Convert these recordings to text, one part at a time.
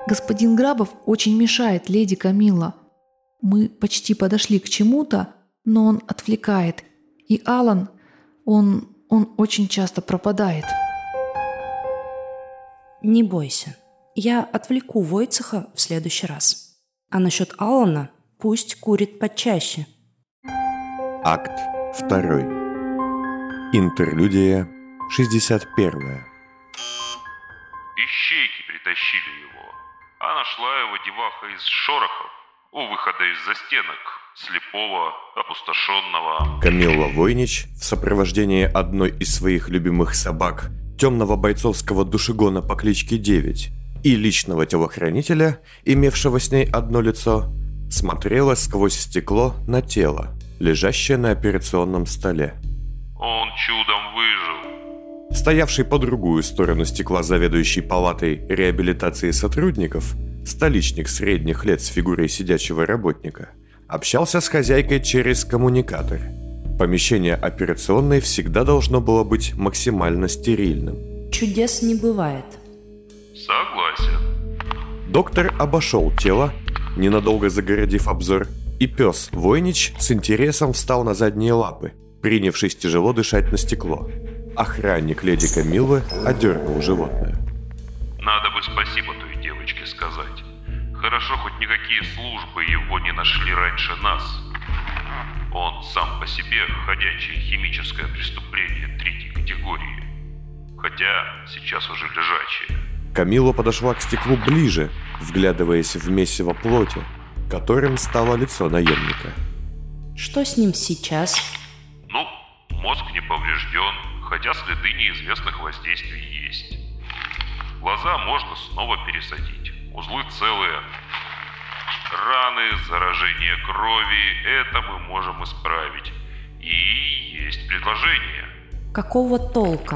Господин Грабов очень мешает, леди Камилла. Мы почти подошли к чему-то, но он отвлекает. И Алан, он очень часто пропадает. Не бойся, я отвлеку Войцеха в следующий раз. А насчет Алана пусть курит почаще. Акт 2. Интерлюдия 61. Ищейки притащили его, а нашла его деваха из шорохов у выхода из застенок, слепого, опустошенного. Камилла Войнич в сопровождении одной из своих любимых собак, темного бойцовского душегона по кличке 9 и личного телохранителя, имевшего с ней одно лицо, смотрела сквозь стекло на тело, лежащее на операционном столе. Он чудом выжил. Стоявший по другую сторону стекла заведующий палатой реабилитации сотрудников, столичник средних лет с фигурой сидячего работника, общался с хозяйкой через коммуникатор. Помещение операционной всегда должно было быть максимально стерильным. Чудес не бывает. Согласен. Доктор обошел тело, ненадолго загородив обзор, и пес Войнич с интересом встал на задние лапы, принявшись тяжело дышать на стекло. Охранник леди Камиллы одернул животное. Надо бы спасибо той девочке сказать. Хорошо, хоть никакие службы его не нашли раньше нас. Он сам по себе ходячее химическое преступление третьей категории. Хотя сейчас уже лежачее. Камилла подошла к стеклу ближе, вглядываясь в месиво плоти, которым стало лицо наемника. Что с ним сейчас? Ну, мозг не поврежден, хотя следы неизвестных воздействий есть. Глаза можно снова пересадить, узлы целые. Раны, заражение крови – это мы можем исправить. И есть предложение. Какого толка?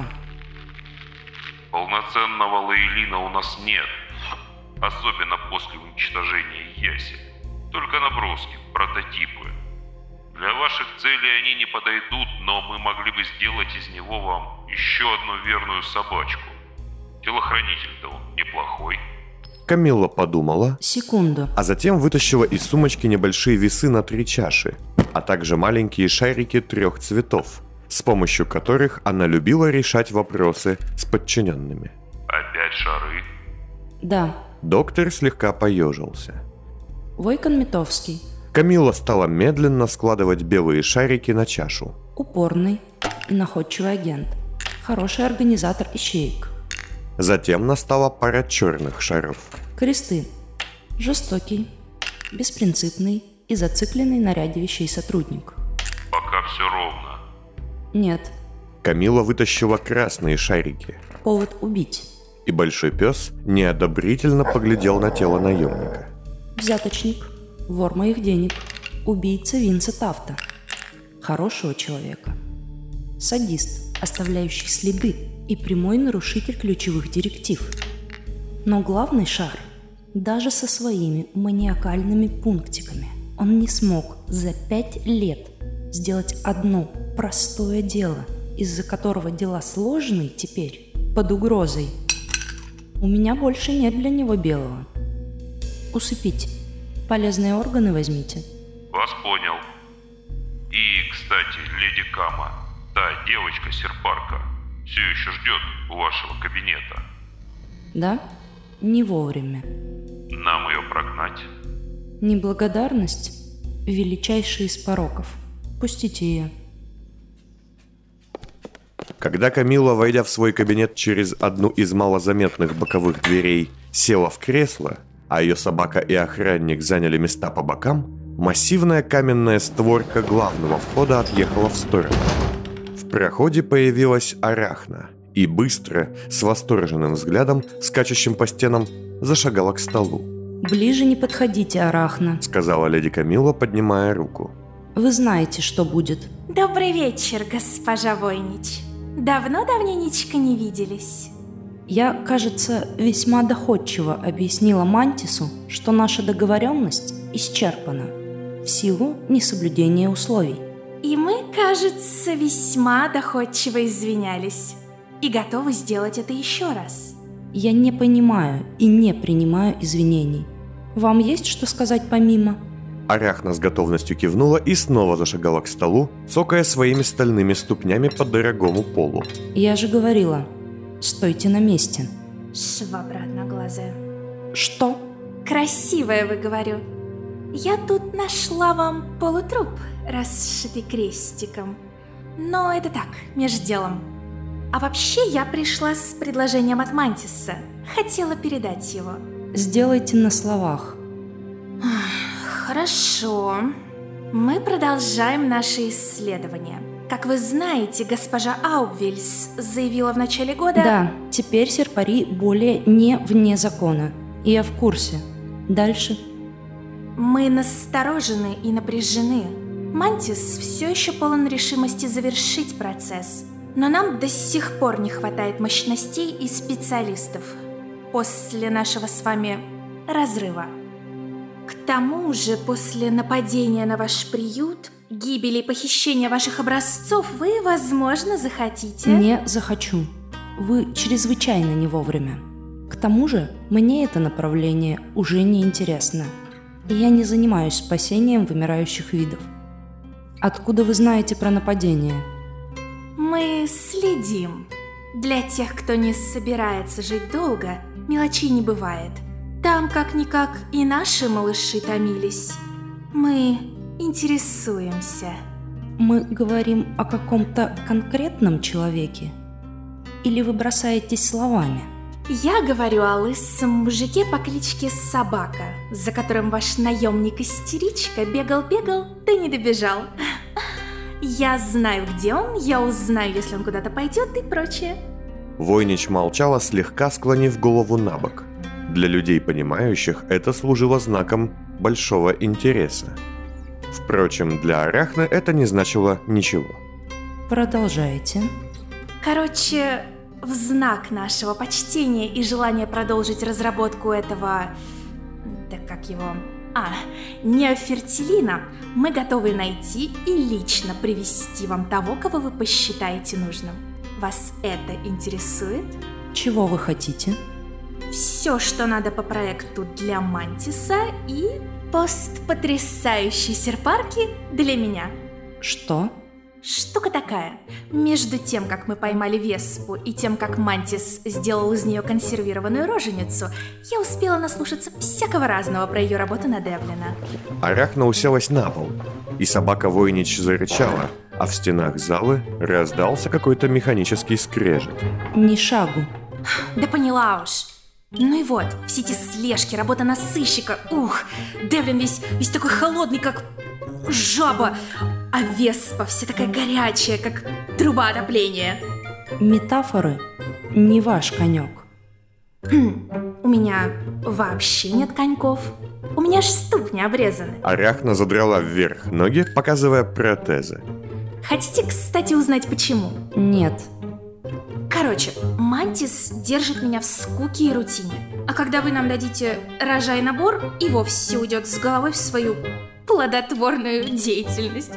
Полноценного лаэлина у нас нет. Особенно после уничтожения ясель. Только наброски, прототипы. Для ваших целей они не подойдут, но мы могли бы сделать из него вам еще одну верную собачку. Телохранитель-то он неплохой. Камилла подумала, Секунду. а затем вытащила из сумочки небольшие весы на 3 чаши, а также маленькие шарики 3 цветов, с помощью которых она любила решать вопросы с подчиненными. Опять шары? Да. Доктор слегка поежился. Войкон Метовский. Камилла стала медленно складывать белые шарики на чашу. Упорный и находчивый агент. Хороший организатор ищеек. Затем настала пара черных шаров. Кресты. Жестокий, беспринципный и зацикленный на ряде вещей сотрудник. Пока все ровно. Нет. Камилла вытащила красные шарики. Повод убить. И большой пес неодобрительно поглядел на тело наемника. Взяточник. Вор моих денег. Убийца Винса Тафта. Хорошего человека. Садист, оставляющий следы и прямой нарушитель ключевых директив. Но главный шар, даже со своими маниакальными пунктиками, он не смог за 5 лет сделать одно простое дело, из-за которого дела сложные теперь под угрозой. У меня больше нет для него белого. Усыпить. Полезные органы возьмите. Вас понял. И, кстати, леди Кама, та девочка-серпарка, все еще ждет у вашего кабинета. Да? Не вовремя. Нам ее прогнать? Неблагодарность – величайший из пороков. Пустите ее. Когда Камилла, войдя в свой кабинет через одну из малозаметных боковых дверей, села в кресло, а ее собака и охранник заняли места по бокам, массивная каменная створка главного входа отъехала в сторону. В проходе появилась Арахна и быстро, с восторженным взглядом, скачущим по стенам, зашагала к столу. «Ближе не подходите, Арахна», — сказала леди Камилла, поднимая руку. «Вы знаете, что будет». Добрый вечер, госпожа Войнич. Давно-давненечко не виделись. Я, кажется, весьма доходчиво объяснила Мантису, что наша договоренность исчерпана в силу несоблюдения условий. И мы, кажется, весьма доходчиво извинялись. И готовы сделать это еще раз. Я не понимаю и не принимаю извинений. Вам есть что сказать помимо? Арахна с готовностью кивнула и снова зашагала к столу, цокая своими стальными ступнями по дорогому полу. Я же говорила, стойте на месте. Швабра одноглазая. Что? Красивая, вы, говорю. Я тут нашла вам полутруп, расшитый крестиком. Но это так, между делом. А вообще я пришла с предложением от Мантиса. Хотела передать его. Сделайте на словах. Хорошо. Мы продолжаем наши исследования. Как вы знаете, госпожа Аубвельс заявила в начале года... Да, теперь серпари более не вне закона. Я в курсе. Дальше. Мы насторожены и напряжены. Мантис все еще полон решимости завершить процесс. Но нам до сих пор не хватает мощностей и специалистов после нашего с вами разрыва. К тому же, после нападения на ваш приют, гибели и похищения ваших образцов, вы, возможно, захотите... Не захочу. Вы чрезвычайно не вовремя. К тому же, мне это направление уже не интересно. И я не занимаюсь спасением вымирающих видов. Откуда вы знаете про нападение? Мы следим. Для тех, кто не собирается жить долго, мелочей не бывает. Там, как-никак, и наши малыши томились. Мы интересуемся. Мы говорим о каком-то конкретном человеке? Или вы бросаетесь словами? Я говорю о лысом мужике по кличке Собака, за которым ваш наемник-истеричка бегал-бегал, да не добежал. Я знаю, где он, я узнаю, если он куда-то пойдет и прочее. Войнич молчала, слегка склонив голову на бок. Для людей, понимающих, это служило знаком большого интереса. Впрочем, для Арахны это не значило ничего. Продолжайте. Короче, в знак нашего почтения и желания продолжить разработку этого... Да как его... неофертилина, мы готовы найти и лично привести вам того, кого вы посчитаете нужным. Вас это интересует? Чего вы хотите? Все, что надо по проекту для Мантиса и пост-потрясающей серпарки для меня. Что? Штука такая. Между тем, как мы поймали Веспу, и тем, как Мантис сделал из нее консервированную роженицу, я успела наслушаться всякого разного про ее работу над Эвлина. Арахна уселась на пол, и собака Войнич зарычала, а в стенах залы раздался какой-то механический скрежет. Ни шагу. Да поняла уж. Ну и вот, все эти слежки, работа на сыщика. Ух, Девлин весь такой холодный, как жаба. А Веспа вся такая горячая, как труба отопления. Метафоры не ваш конек. У меня вообще нет коньков. У меня ж ступни обрезаны. Арахна задрала вверх ноги, показывая протезы. Хотите, кстати, узнать почему? Нет. Короче, Мантис держит меня в скуке и рутине. А когда вы нам дадите рожай набор, и вовсе уйдет с головой в свою плодотворную деятельность.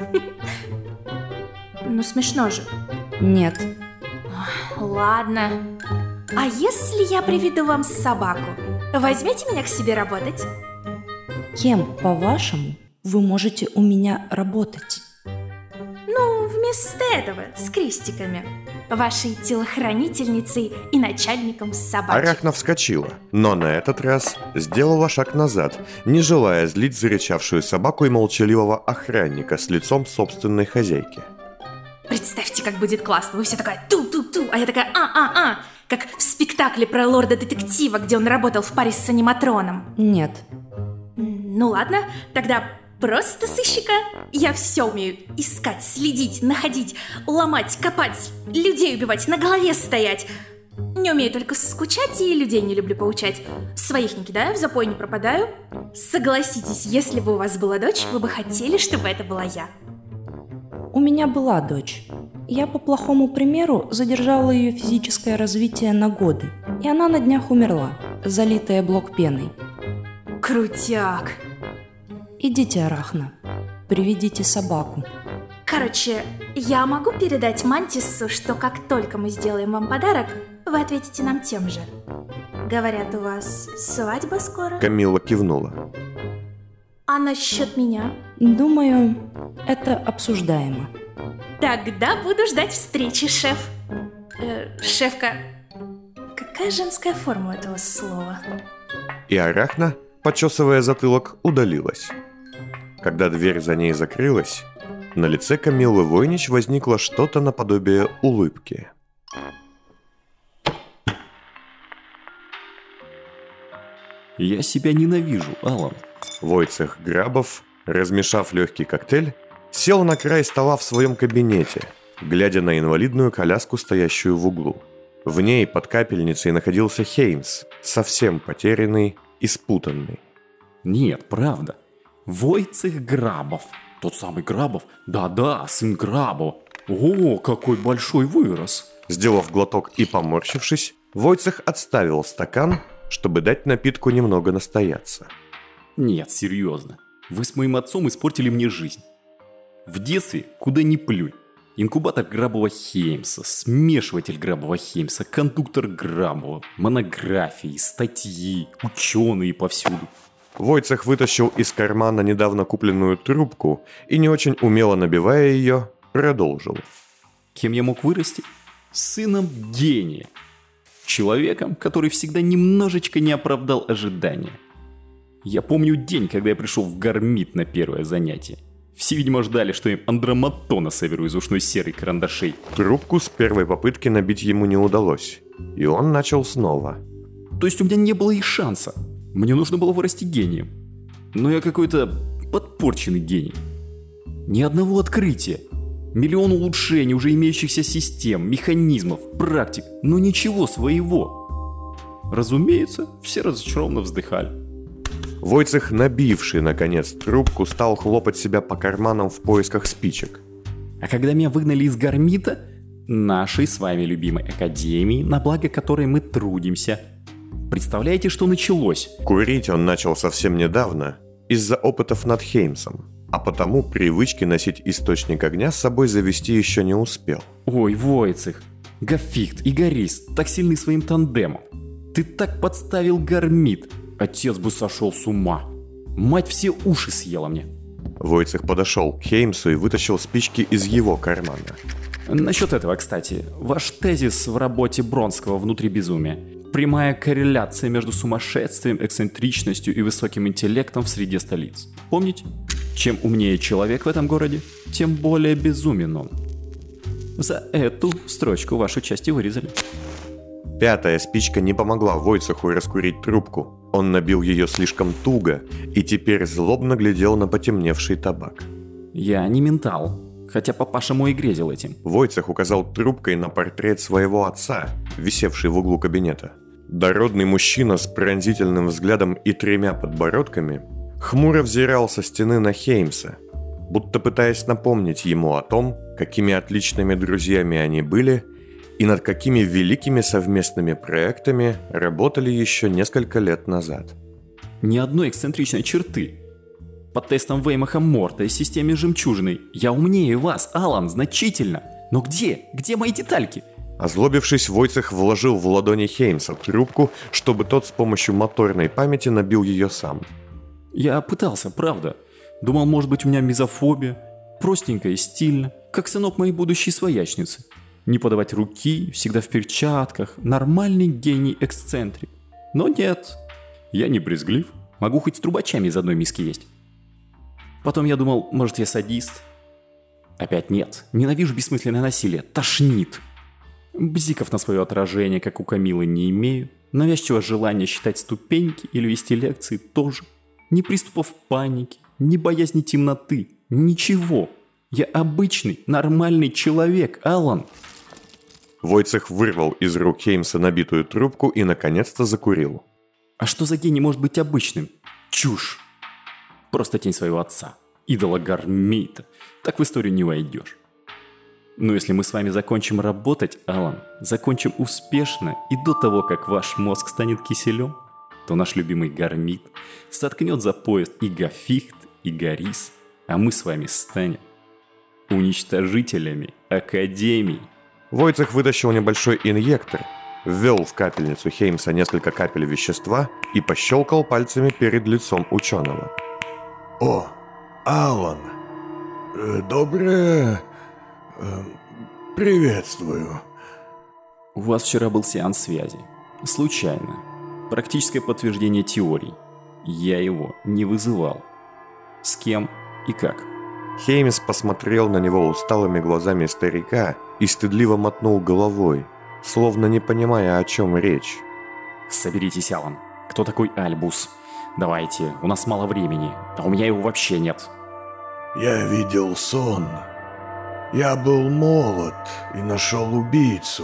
Ну, смешно же. Нет. Ладно. А если я приведу вам собаку? Возьмете меня к себе работать? Кем, по-вашему, вы можете у меня работать? Ну, вместо этого, с крестиками. Вашей телохранительницей и начальником собачек. Арахна вскочила, но на этот раз сделала шаг назад, не желая злить зарычавшую собаку и молчаливого охранника с лицом собственной хозяйки. Представьте, как будет классно. Вы все такая ту-ту-ту, а я такая а-а-а. Как в спектакле про лорда-детектива, где он работал в паре с аниматроном. Нет. Ну ладно, тогда просто сыщика. Я все умею: искать, следить, находить, ломать, копать, людей убивать, на голове стоять. Не умею только скучать и людей не люблю поучать. Своих не кидаю, в запой не пропадаю. Согласитесь, если бы у вас была дочь, вы бы хотели, чтобы это была я. У меня была дочь. Я по плохому примеру задержала ее физическое развитие на годы. И она на днях умерла, залитая блок-пеной. Крутяк. Идите, Арахна, приведите собаку. Короче, я могу передать Мантису, что как только мы сделаем вам подарок, вы ответите нам тем же. Говорят, у вас свадьба скоро? Камилла кивнула. А насчет меня? Думаю, это обсуждаемо. Тогда буду ждать встречи, шеф. Шефка, какая женская форма этого слова? И Арахна, почесывая затылок, удалилась. Когда дверь за ней закрылась, на лице Камиллы Войнич возникло что-то наподобие улыбки. Я себя ненавижу, Алан. Войцех Грабов, размешав легкий коктейль, сел на край стола в своем кабинете, глядя на инвалидную коляску, стоящую в углу. В ней под капельницей находился Хеймс, совсем потерянный и спутанный. Нет, правда. Войцех Грабов. Тот самый Грабов? Да-да, сын Грабова. О, какой большой вырос. Сделав глоток и поморщившись, Войцех отставил стакан, чтобы дать напитку немного настояться. Нет, серьезно. Вы с моим отцом испортили мне жизнь. В детстве куда ни плюнь. Инкубатор Грабова-Хеймса, смешиватель Грабова-Хеймса, кондуктор Грабова, монографии, статьи, ученые повсюду. Войцех вытащил из кармана недавно купленную трубку и, не очень умело набивая ее, продолжил. Кем я мог вырасти? Сыном гения. Человеком, который всегда немножечко не оправдал ожидания. Я помню день, когда я пришел в Гармит на первое занятие. Все, видимо, ждали, что я им андроматона соберу из ушной серы карандашей. Трубку с первой попытки набить ему не удалось, и он начал снова. То есть у меня не было и шанса. Мне нужно было вырасти гением. Но я какой-то подпорченный гений. Ни одного открытия. Миллион улучшений уже имеющихся систем, механизмов, практик, но ничего своего. Разумеется, все разочарованно вздыхали. Войцех, набивший, наконец, трубку, стал хлопать себя по карманам в поисках спичек. А когда меня выгнали из Гармита, нашей с вами любимой академии, на благо которой мы трудимся, представляете, что началось? Курить он начал совсем недавно, из-за опытов над Хеймсом, а потому привычки носить источник огня с собой завести еще не успел. Ой, Войцех, Гафихт и Горис так сильны своим тандемом. Ты так подставил Гармит. Отец бы сошел с ума. Мать все уши съела мне. Войцех подошел к Хеймсу и вытащил спички из его кармана. Насчет этого, кстати, ваш тезис в работе Бронского «Внутри безумия». Прямая корреляция между сумасшествием, эксцентричностью и высоким интеллектом в среде столиц. Помните? Чем умнее человек в этом городе, тем более безумен он. За эту строчку вашу часть и вырезали. Пятая спичка не помогла Войцеху раскурить трубку. Он набил ее слишком туго и теперь злобно глядел на потемневший табак. Я не ментал, хотя папаша мой и грезил этим. Войцех указал трубкой на портрет своего отца, висевший в углу кабинета. Дородный мужчина с пронзительным взглядом и 3 подбородками хмуро взирал со стены на Хеймса, будто пытаясь напомнить ему о том, какими отличными друзьями они были и над какими великими совместными проектами работали еще несколько лет назад. Ни одной эксцентричной черты. По тестам Веймаха Морта и системе жемчужины я умнее вас, Алан, значительно. Но где? Где мои детальки? Озлобившись, Войцех вложил в ладони Хеймса трубку, чтобы тот с помощью моторной памяти набил ее сам. Я пытался, правда. Думал, может быть, у меня мизофобия. Простенько и стильно, как сынок моей будущей своячницы. Не подавать руки, всегда в перчатках, нормальный гений-эксцентрик. Но нет, я не брезглив, могу хоть с трубачами из одной миски есть. Потом я думал, может, я садист. Опять нет, ненавижу бессмысленное насилие, тошнит. Бзиков на свое отражение, как у Камилы, не имею. Навязчивого желания считать ступеньки или вести лекции тоже. Ни приступов паники, ни боязни темноты, ничего. Я обычный, нормальный человек, Алан. Войцех вырвал из рук Хеймса набитую трубку и наконец-то закурил. А что за гений может быть обычным? Чушь. Просто тень своего отца, идола Гармита. Так в историю не войдешь. Но если мы с вами закончим работать, Алан, закончим успешно и до того, как ваш мозг станет киселем, то наш любимый Гармит соткнет за поезд и Гафихт, и Горис, а мы с вами станем уничтожителями Академии. Войцех вытащил небольшой инъектор ввел в капельницу Хеймса несколько капель вещества и пощелкал пальцами перед лицом ученого. «О, Алан, доброе... приветствую». У вас вчера был сеанс связи. Случайно. Практическое подтверждение теорий. Я его не вызывал. С кем и как? Хеймс посмотрел на него усталыми глазами старика и стыдливо мотнул головой, словно не понимая, о чем речь. Соберитесь, Алан. Кто такой Альбус? Давайте, у нас мало времени, а у меня его вообще нет. «Я видел сон. Я был молод и нашел убийцу.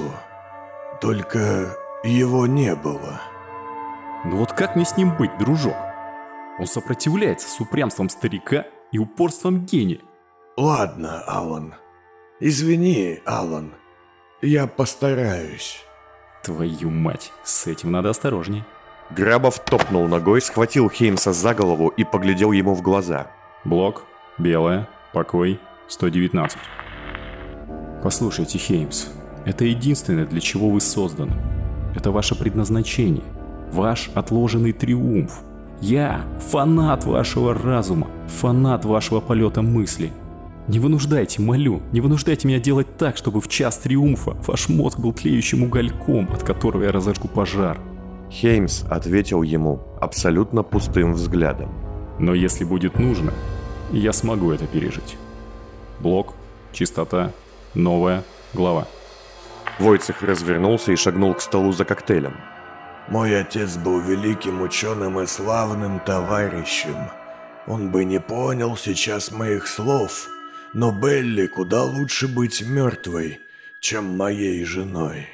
Только его не было». Ну вот как мне с ним быть, дружок? Он сопротивляется с упрямством старика и упорством гения. «Ладно, Алан. Извини, Алан. Я постараюсь». Твою мать, с этим надо осторожней. Грабов топнул ногой, схватил Хеймса за голову и поглядел ему в глаза. Блок, белая, покой, 119. Послушайте, Хеймс, это единственное, для чего вы созданы. Это ваше предназначение, ваш отложенный триумф. Я фанат вашего разума, фанат вашего полета мысли. Не вынуждайте, молю, не вынуждайте меня делать так, чтобы в час триумфа ваш мозг был тлеющим угольком, от которого я разожгу пожар. Хеймс ответил ему абсолютно пустым взглядом. Но если будет нужно, я смогу это пережить. Блок, чистота, новая глава. Войцех развернулся и шагнул к столу за коктейлем. «Мой отец был великим ученым и славным товарищем. Он бы не понял сейчас моих слов, но Белли куда лучше быть мертвой, чем моей женой».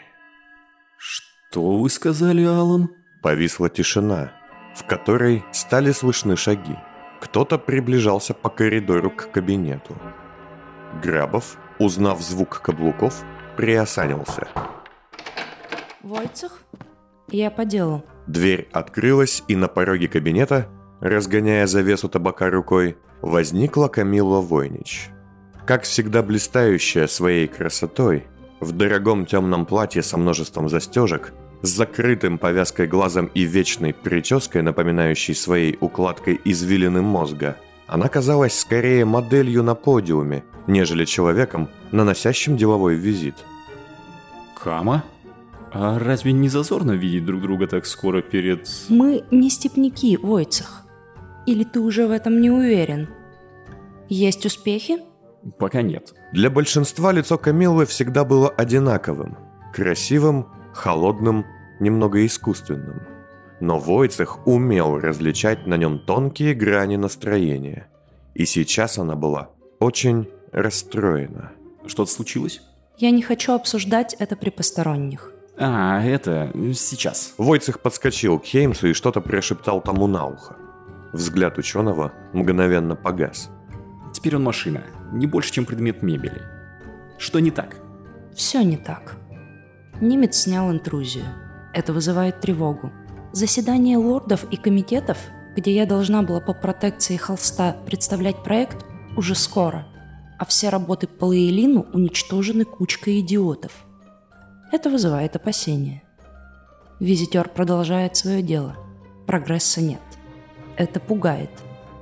Что вы сказали, Алан? Повисла тишина, в которой стали слышны шаги. Кто-то приближался по коридору к кабинету. Грабов, узнав звук каблуков, приосанился. Войцех? Я по делу. Дверь открылась, и на пороге кабинета, разгоняя завесу табака рукой, возникла Камилла Войнич. Как всегда блистающая своей красотой, в дорогом темном платье со множеством застежек, с закрытым повязкой глазом и вечной прической, напоминающей своей укладкой извилины мозга, она казалась скорее моделью на подиуме, нежели человеком, наносящим деловой визит. Кама? А разве не зазорно видеть друг друга так скоро перед... Мы не степняки, Войцех. Или ты уже в этом не уверен? Есть успехи? Пока нет. Для большинства лицо Камиллы всегда было одинаковым. Красивым, холодным, немного искусственным. Но Войцех умел различать на нем тонкие грани настроения. И сейчас она была очень расстроена. Что-то случилось? Я не хочу обсуждать это при посторонних. А, это... сейчас. Войцех подскочил к Хеймсу и что-то прошептал тому на ухо. Взгляд ученого мгновенно погас. Теперь он машина, не больше, чем предмет мебели. Что не так? Все не так. Немец снял интрузию. Это вызывает тревогу. Заседание лордов и комитетов, где я должна была по протекции холста представлять проект, уже скоро. А все работы по Лейлину уничтожены кучкой идиотов. Это вызывает опасения. Визитер продолжает свое дело. Прогресса нет. Это пугает.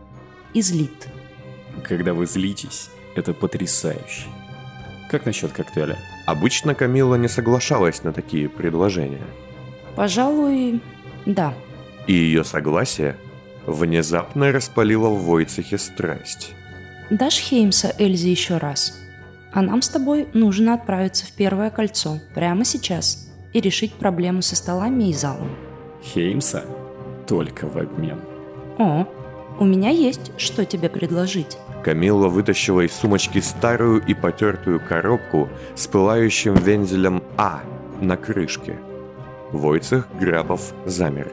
И злит. Когда вы злитесь, это потрясающе. Как насчет коктейля? Обычно Камилла не соглашалась на такие предложения. Пожалуй, да. И ее согласие внезапно распалило в Войцехе страсть. Дашь Хеймса Эльзе еще раз? А нам с тобой нужно отправиться в Первое кольцо прямо сейчас и решить проблему со столами и залом. Хеймса? Только в обмен. О, у меня есть, что тебе предложить. Камилла вытащила из сумочки старую и потертую коробку с пылающим вензелем «А» на крышке. Войцех Грабов замер.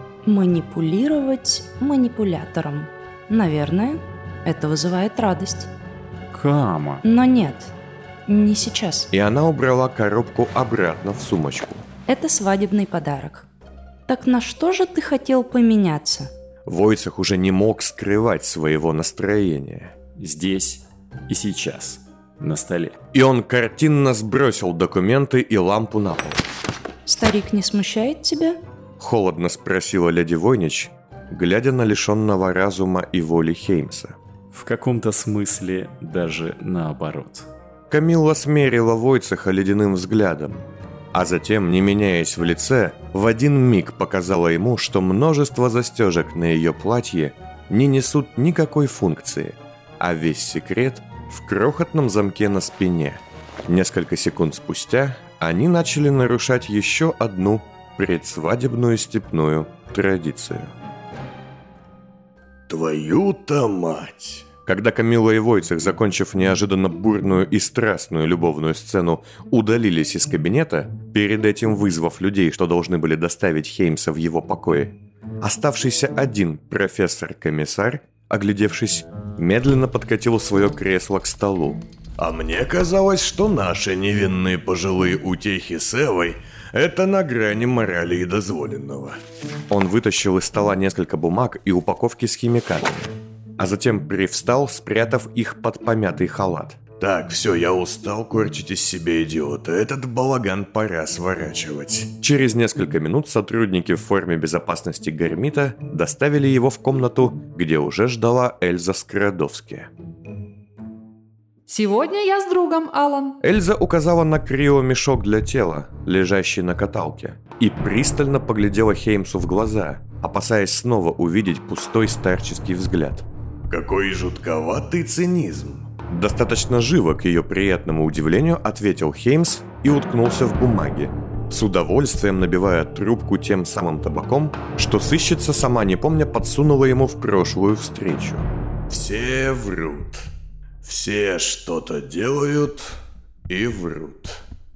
Манипулировать манипулятором. Наверное, это вызывает радость. Кама. Но нет, не сейчас. И она убрала коробку обратно в сумочку. Это свадебный подарок. Так на что же ты хотел поменяться? Войцех уже не мог скрывать своего настроения. Здесь и сейчас. На столе. И он картинно сбросил документы и лампу на пол. Старик не смущает тебя? Холодно спросила леди Войнич, глядя на лишенного разума и воли Хеймса. В каком-то смысле даже наоборот. Камилла смерила Войцеха ледяным взглядом, а затем, не меняясь в лице, в один миг показала ему, что множество застежек на ее платье не несут никакой функции, а весь секрет в крохотном замке на спине. Несколько секунд спустя они начали нарушать еще одну предсвадебную степную традицию. Твою-то мать! Когда Камилла и Войцех, закончив неожиданно бурную и страстную любовную сцену, удалились из кабинета, перед этим вызвав людей, что должны были доставить Хеймса в его покое, оставшийся один профессор-комиссар, оглядевшись, медленно подкатил свое кресло к столу. А мне казалось, что наши невинные пожилые утехи с Эвой – это на грани морали и дозволенного. Он вытащил из стола несколько бумаг и упаковки с химикатами, а затем привстал, спрятав их под помятый халат. Так, все, я устал корчить из себя идиота. Этот балаган пора сворачивать. Через несколько минут сотрудники в форме безопасности Гермита доставили его в комнату, где уже ждала Эльза Скрадовски. «Сегодня я с другом, Алан». Эльза указала на криомешок для тела, лежащий на каталке, и пристально поглядела Хеймсу в глаза, опасаясь снова увидеть пустой старческий взгляд. Какой жутковатый цинизм. Достаточно живо, к ее приятному удивлению, ответил Хеймс и уткнулся в бумаги, с удовольствием набивая трубку тем самым табаком, что сыщица, сама не помня, подсунула ему в прошлую встречу. Все врут. Все что-то делают и врут.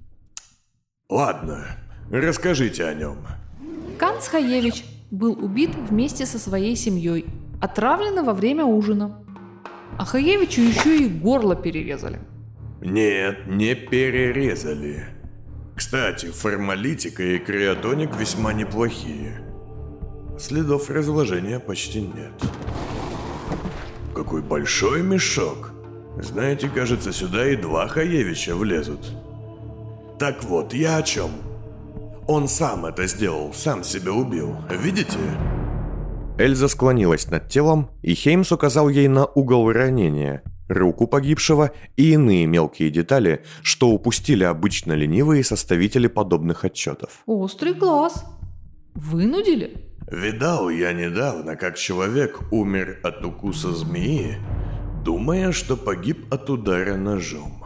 Ладно, расскажите о нем. Канц Хаевич был убит вместе со своей семьей, отравлен во время ужина. А Хаевичу еще и горло перерезали. Нет, не перерезали. Кстати, формалитика и криотоник весьма неплохие. Следов разложения почти нет. Какой большой мешок. Знаете, кажется, сюда и 2 Хаевича влезут. Так вот, я о чем? Он сам это сделал, сам себя убил. Видите? Эльза склонилась над телом, и Хеймс указал ей на угол ранения, руку погибшего и иные мелкие детали, что упустили обычно ленивые составители подобных отчетов. Острый глаз. Вынудили? Видал я недавно, как человек умер от укуса змеи, думая, что погиб от удара ножом.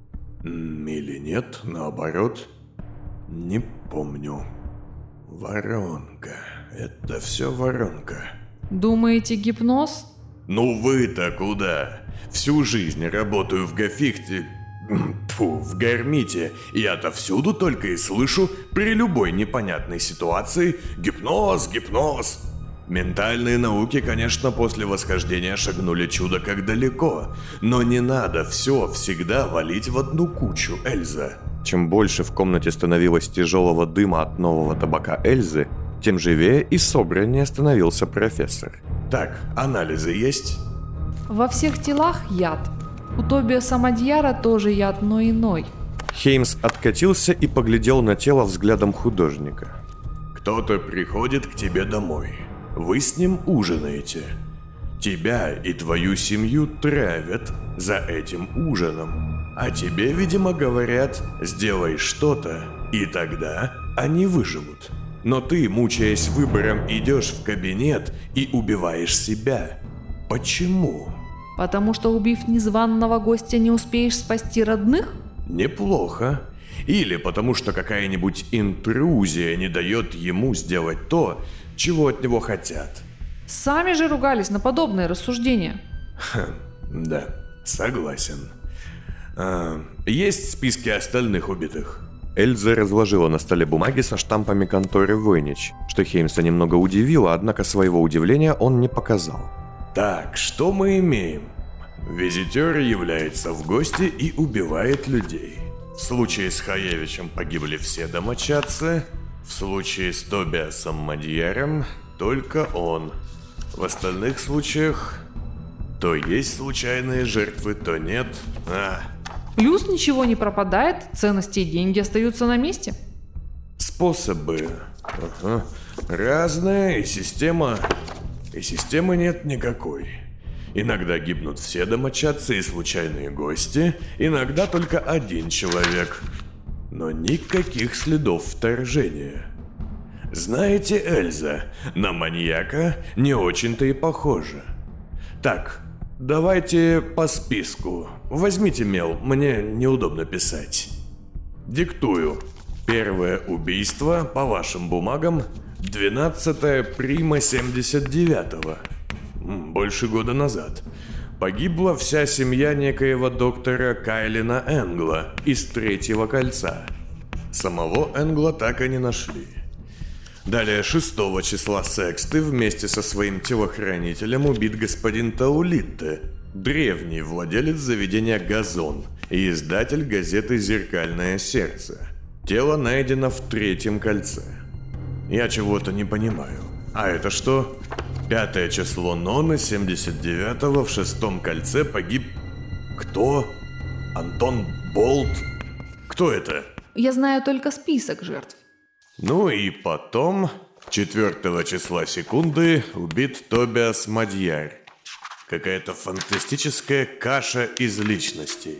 Или нет, наоборот, не помню. Воронка. Это все воронка. Думаете, гипноз? Ну вы-то куда? Всю жизнь работаю в Гафихте... в Гермите. Я-то всюду только и слышу при любой непонятной ситуации гипноз, гипноз. Ментальные науки, конечно, после восхождения шагнули чудо как далеко. Но не надо все всегда валить в одну кучу, Эльза. Чем больше в комнате становилось тяжелого дыма от нового табака Эльзы, тем живее и собраннее становился профессор. Так, анализы есть? Во всех телах яд. У Тобиаса Мадьяра тоже яд, но иной. Хеймс откатился и поглядел на тело взглядом художника. Кто-то приходит к тебе домой. Вы с ним ужинаете. Тебя и твою семью травят за этим ужином. А тебе, видимо, говорят, сделай что-то, и тогда они выживут. Но ты, мучаясь выбором, идешь в кабинет и убиваешь себя. Почему? Потому что, убив незваного гостя, не успеешь спасти родных? Неплохо. Или потому что какая-нибудь интрузия не дает ему сделать то, чего от него хотят. Сами же ругались на подобные рассуждения. Да, согласен. Есть списки остальных убитых? Эльза разложила на столе бумаги со штампами конторы Войнич, что Хеймса немного удивило, однако своего удивления он не показал. Так, что мы имеем? Визитер является в гости и убивает людей. В случае с Хаевичем погибли все домочадцы. В случае с Тобиасом Мадьяром только он. В остальных случаях то есть случайные жертвы, то нет. Плюс ничего не пропадает, ценности и деньги остаются на месте. С Способы разные, и системы нет никакой. Иногда гибнут все домочадцы и случайные гости, иногда только один человек. Но никаких следов вторжения. Знаете, Эльза, на маньяка не очень-то и похоже. Так, давайте по списку. Возьмите мел, мне неудобно писать. Диктую. Первое убийство, по вашим бумагам, 12 прима 79-го. Больше года назад. Погибла вся семья некоего доктора Кайлина Энгла из Третьего кольца. Самого Энгла так и не нашли. Далее 6 числа Сексты вместе со своим телохранителем убит господин Таулитте, древний владелец заведения «Газон» и издатель газеты «Зеркальное сердце». Тело найдено в Третьем кольце. Я чего-то не понимаю. А это что? 5 число Ноны 79-го в 6 кольце погиб... Кто? Антон Болт? Кто это? Я знаю только список жертв. Ну и потом, 4 числа секунды, убит Тобиас Мадьяр. Какая-то фантастическая каша из личностей.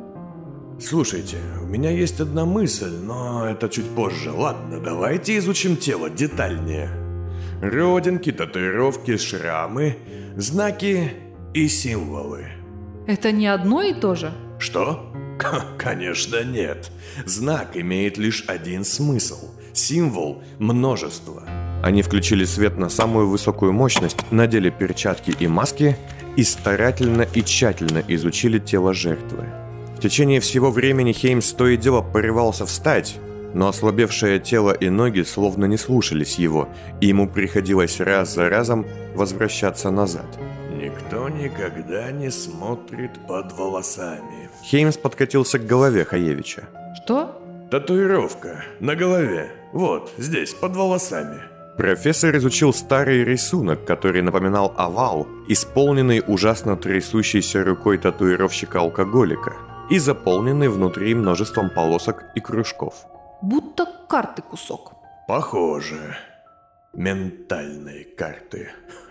Слушайте, у меня есть одна мысль, но это чуть позже. Ладно, давайте изучим тело детальнее. Родинки, татуировки, шрамы, знаки и символы. Это не одно и то же? Что? Конечно нет. Знак имеет лишь один смысл. Символ – множество. Они включили свет на самую высокую мощность, надели перчатки и маски и старательно и тщательно изучили тело жертвы. В течение всего времени Хеймс то и дело порывался встать, но ослабевшее тело и ноги словно не слушались его, и ему приходилось раз за разом возвращаться назад. Никто никогда не смотрит под волосами. Хеймс подкатился к голове Хаевича. Что? Татуировка на голове. Вот, здесь, под волосами. Профессор изучил старый рисунок, который напоминал овал, исполненный ужасно трясущейся рукой татуировщика-алкоголика и заполненный внутри множеством полосок и кружков. Будто карты кусок. Похоже. Ментальные карты.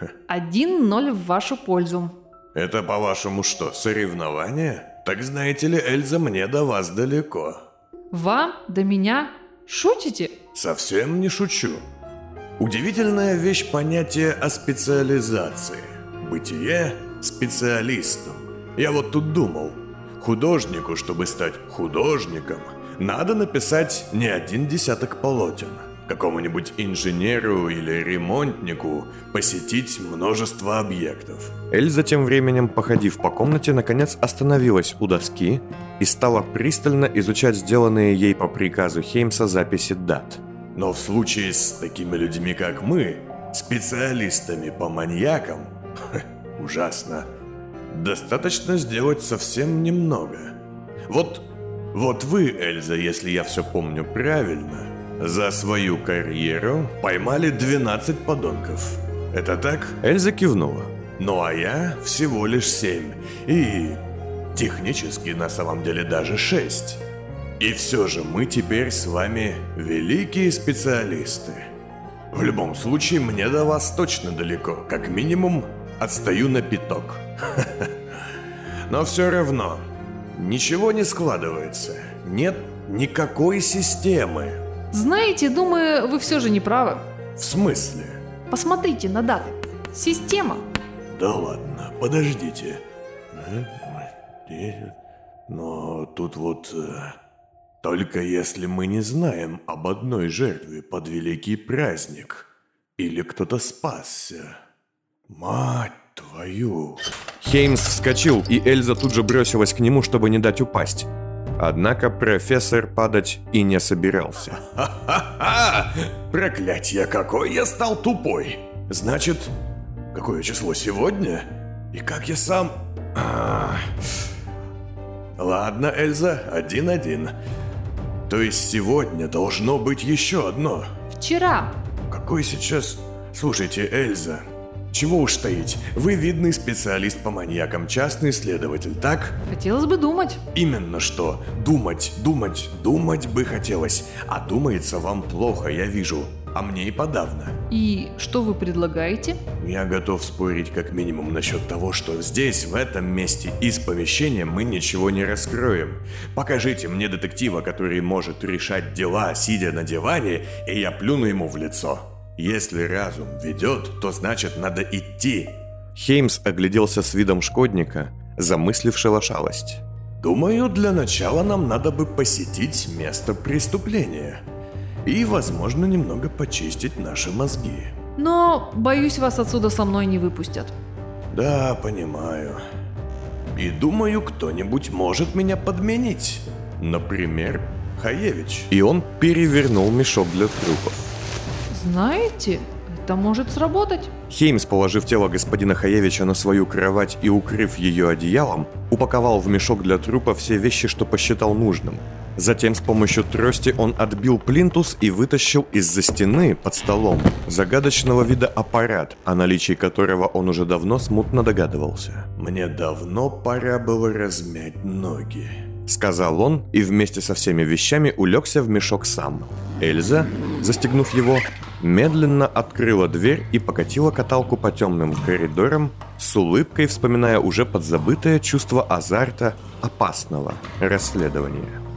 1-0 в вашу пользу. Это, по-вашему, что, соревнование? Так знаете ли, Эльза, мне до вас далеко. Вам? До меня? Шутите? Совсем не шучу. Удивительная вещь понятие о специализации. Бытие специалистом. Я вот тут думал, художнику, чтобы стать художником, надо написать не 1 десяток полотен. Какому-нибудь инженеру или ремонтнику посетить множество объектов. Эльза, тем временем, походив по комнате, наконец остановилась у доски и стала пристально изучать сделанные ей по приказу Хеймса записи дат. Но в случае с такими людьми, как мы, специалистами по маньякам, ужасно, достаточно сделать совсем немного. Вот вы, Эльза, если я все помню правильно, за свою карьеру поймали 12 подонков. Это так? Эльза кивнула. Ну а я всего лишь 7. И технически на самом деле даже 6. И все же мы теперь с вами великие специалисты. В любом случае, мне до вас точно далеко. Как минимум, отстаю на пяток. Но все равно, ничего не складывается. Нет никакой системы. Знаете, думаю, вы все же не правы. В смысле? Посмотрите на даты. Система. Да ладно, подождите. Но тут вот... Только если мы не знаем об одной жертве под великий праздник. Или кто-то спасся. Мать твою. Хеймс вскочил, и Эльза тут же бросилась к нему, чтобы не дать упасть. Однако профессор падать и не собирался. Ха-ха-ха! Проклятье, какой я стал тупой! Значит, какое число сегодня? И как я сам... Ладно, Эльза, 1-1. То есть сегодня должно быть еще одно. Вчера. Какой сейчас... Слушайте, Эльза, Чего уж таить, вы видный специалист по маньякам, частный следователь, так? Хотелось бы думать. Именно что. Думать бы хотелось. А думается вам плохо, я вижу. А мне и подавно. И что вы предлагаете? Я готов спорить как минимум насчет того, что здесь, в этом месте и с помещением мы ничего не раскроем. Покажите мне детектива, который может решать дела, сидя на диване, и я плюну ему в лицо. Если разум ведет, то значит надо идти. Хеймс огляделся с видом шкодника, замыслившего шалость. Думаю, для начала нам надо бы посетить место преступления. И, возможно, немного почистить наши мозги. Но, боюсь, вас отсюда со мной не выпустят. Да, понимаю. И думаю, кто-нибудь может меня подменить. Например, Хаевич. И он перевернул мешок для трупов. Знаете, это может сработать. Хеймс, положив тело господина Хаевича на свою кровать и укрыв ее одеялом, упаковал в мешок для трупа все вещи, что посчитал нужным. Затем с помощью трости он отбил плинтус и вытащил из-за стены под столом загадочного вида аппарат, о наличии которого он уже давно смутно догадывался. «Мне давно пора было размять ноги», — сказал он и вместе со всеми вещами улегся в мешок сам. Эльза, застегнув его, медленно открыла дверь и покатила каталку по темным коридорам, с улыбкой вспоминая уже подзабытое чувство азарта опасного расследования.